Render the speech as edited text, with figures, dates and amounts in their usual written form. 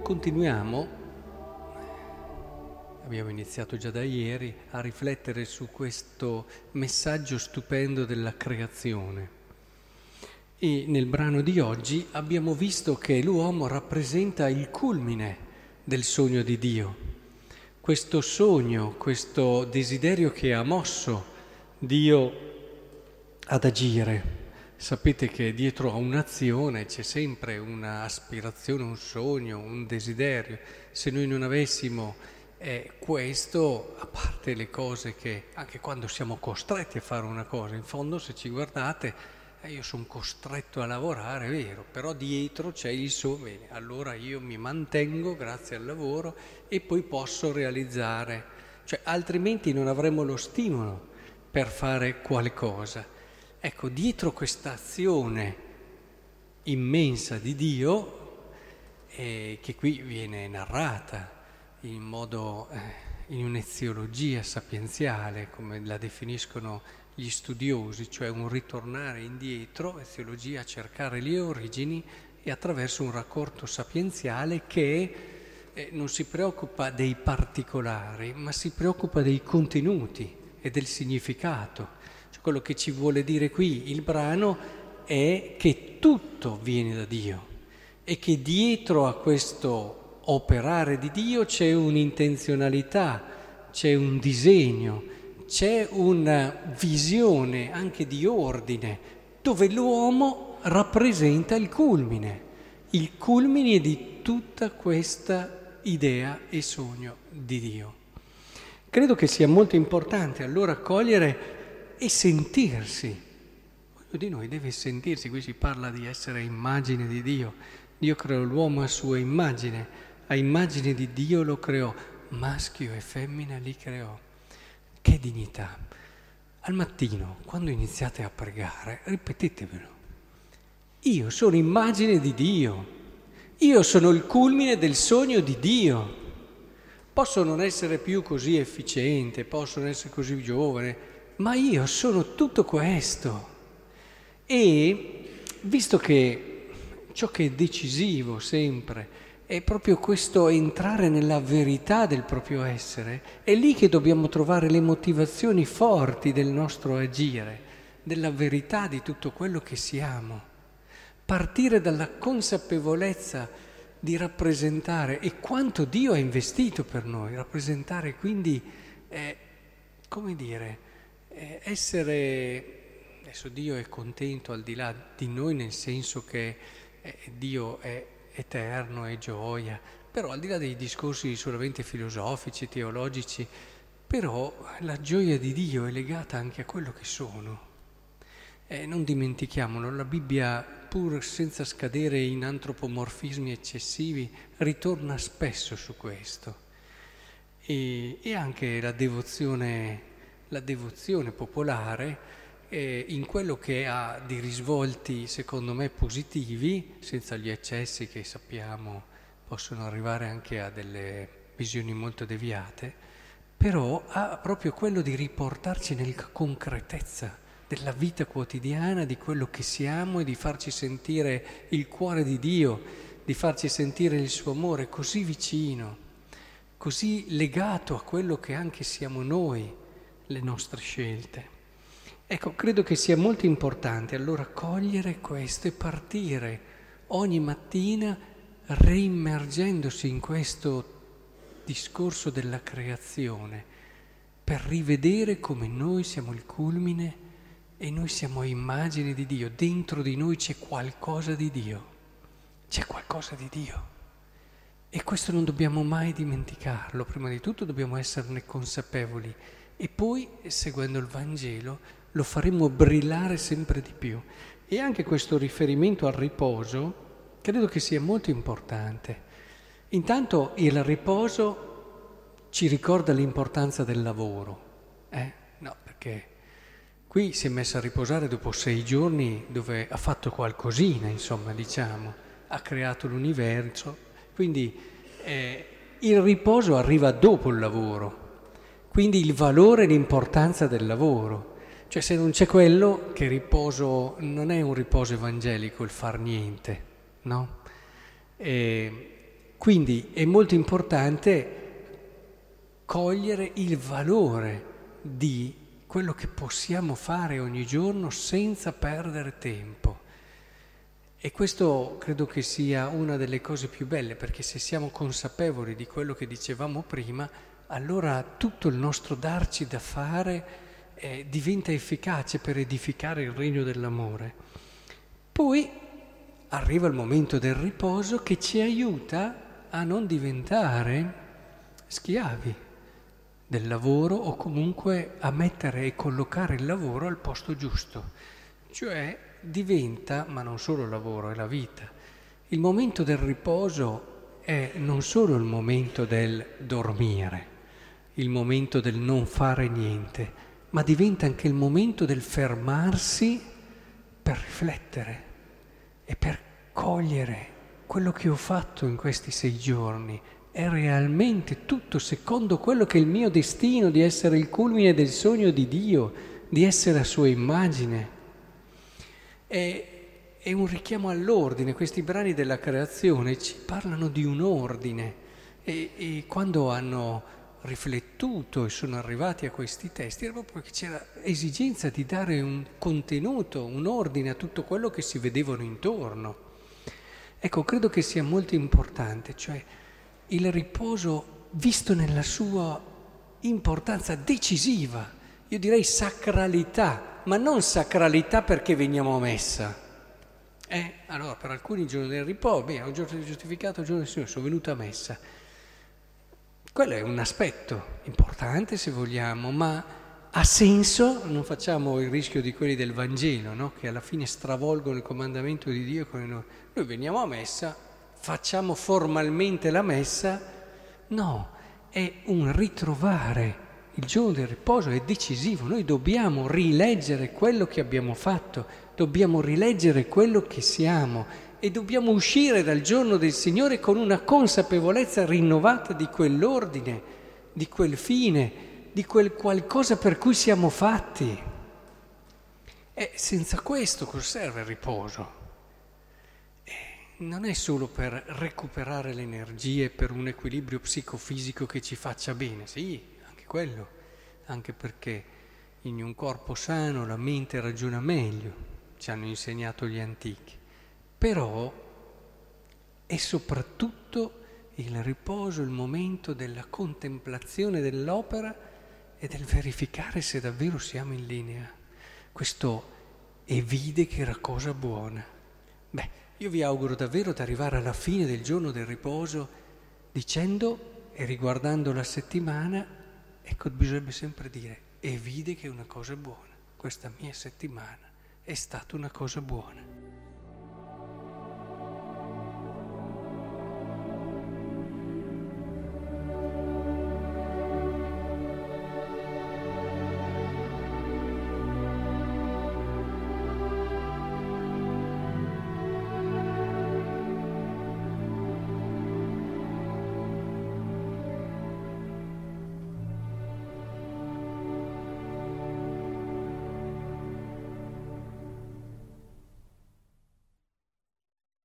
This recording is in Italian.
Continuiamo, abbiamo iniziato già da ieri, a riflettere su questo messaggio stupendo della creazione. E nel brano di oggi abbiamo visto che l'uomo rappresenta il culmine del sogno di Dio. Questo sogno, questo desiderio che ha mosso Dio ad agire. Sapete che dietro a un'azione c'è sempre un'aspirazione, un sogno, un desiderio. Se noi non avessimo questo, a parte le cose che, anche quando siamo costretti a fare una cosa, in fondo se ci guardate, io sono costretto a lavorare, è vero, però dietro c'è il sogno, bene, allora io mi mantengo grazie al lavoro e poi posso realizzare, cioè altrimenti non avremmo lo stimolo per fare qualcosa. Ecco, dietro questa azione immensa di Dio, che qui viene narrata in modo, in un'eziologia sapienziale, come la definiscono gli studiosi, cioè un ritornare indietro, eziologia, a cercare le origini e attraverso un racconto sapienziale che non si preoccupa dei particolari, ma si preoccupa dei contenuti e del significato. Quello che ci vuole dire qui il brano è che tutto viene da Dio e che dietro a questo operare di Dio c'è un'intenzionalità, c'è un disegno, c'è una visione anche di ordine, dove l'uomo rappresenta il culmine di tutta questa idea e sogno di Dio. Credo che sia molto importante allora cogliere e sentirsi. Ognuno di noi deve sentirsi, qui si parla di essere immagine di Dio. Dio creò l'uomo a sua immagine, a immagine di Dio lo creò, maschio e femmina li creò. Che dignità! Al mattino, quando iniziate a pregare, ripetetevelo. Io sono immagine di Dio, io sono il culmine del sogno di Dio. Posso non essere più così efficiente, posso non essere così giovane, ma io sono tutto questo. E visto che ciò che è decisivo sempre è proprio questo entrare nella verità del proprio essere, è lì che dobbiamo trovare le motivazioni forti del nostro agire, della verità di tutto quello che siamo. Partire dalla consapevolezza di rappresentare e quanto Dio ha investito per noi, rappresentare quindi, essere, adesso Dio è contento al di là di noi nel senso che Dio è eterno, è gioia, però al di là dei discorsi solamente filosofici, teologici, però la gioia di Dio è legata anche a quello che sono. Non dimentichiamolo, la Bibbia, pur senza scadere in antropomorfismi eccessivi, ritorna spesso su questo. E anche la devozione popolare in quello che ha di risvolti secondo me positivi, senza gli eccessi che sappiamo possono arrivare anche a delle visioni molto deviate, però ha proprio quello di riportarci nella concretezza della vita quotidiana, di quello che siamo e di farci sentire il cuore di Dio, di farci sentire il suo amore così vicino, così legato a quello che anche siamo noi, le nostre scelte. Ecco, credo che sia molto importante allora cogliere questo e partire ogni mattina reimmergendosi in questo discorso della creazione per rivedere come noi siamo il culmine e noi siamo immagini di Dio. Dentro di noi c'è qualcosa di Dio, c'è qualcosa di Dio. E questo non dobbiamo mai dimenticarlo. Prima di tutto dobbiamo esserne consapevoli e poi, seguendo il Vangelo, lo faremo brillare sempre di più. E anche questo riferimento al riposo credo che sia molto importante. Intanto il riposo ci ricorda l'importanza del lavoro. No, perché qui si è messo a riposare dopo 6 giorni dove ha fatto qualcosina, insomma, diciamo, ha creato l'universo. Quindi il riposo arriva dopo il lavoro, quindi il valore e l'importanza del lavoro. Cioè se non c'è quello, che riposo non è un riposo evangelico il far niente, no? Quindi è molto importante cogliere il valore di quello che possiamo fare ogni giorno senza perdere tempo. E questo credo che sia una delle cose più belle, perché se siamo consapevoli di quello che dicevamo prima, allora tutto il nostro darci da fare diventa efficace per edificare il regno dell'amore. Poi arriva il momento del riposo che ci aiuta a non diventare schiavi del lavoro o comunque a mettere e collocare il lavoro al posto giusto. Cioè diventa, ma non solo il lavoro, è la vita. Il momento del riposo è non solo il momento del dormire, il momento del non fare niente, ma diventa anche il momento del fermarsi per riflettere e per cogliere quello che ho fatto in questi 6 giorni. È realmente tutto secondo quello che è il mio destino, di essere il culmine del sogno di Dio, di essere a sua immagine. È un richiamo all'ordine. Questi brani della creazione ci parlano di un ordine e quando hanno riflettuto e sono arrivati a questi testi era proprio che c'era esigenza di dare un contenuto, un ordine a tutto quello che si vedevano intorno. Ecco, credo che sia molto importante, cioè il riposo visto nella sua importanza decisiva, io direi sacralità, ma non sacralità perché veniamo a messa. Allora per alcuni il giorno del riposo, è un giorno giustificato, il giorno del Signore, sono venuto a messa. Quello è un aspetto importante se vogliamo, ma ha senso, non facciamo il rischio di quelli del Vangelo, no? Che alla fine stravolgono il comandamento di Dio. Noi veniamo a messa, facciamo formalmente la messa, no, è un ritrovare. Il giorno del riposo è decisivo, noi dobbiamo rileggere quello che abbiamo fatto, dobbiamo rileggere quello che siamo e dobbiamo uscire dal giorno del Signore con una consapevolezza rinnovata di quell'ordine, di quel fine, di quel qualcosa per cui siamo fatti. E senza questo cosa serve il riposo? Non è solo per recuperare le energie, per un equilibrio psicofisico che ci faccia bene, sì, anche quello, anche perché in un corpo sano la mente ragiona meglio, ci hanno insegnato gli antichi, però è soprattutto il riposo, il momento della contemplazione dell'opera e del verificare se davvero siamo in linea. Questo e vide che era cosa buona. Io vi auguro davvero di arrivare alla fine del giorno del riposo dicendo e riguardando la settimana, ecco, bisognerebbe sempre dire, e vide che è una cosa buona, questa mia settimana è stata una cosa buona.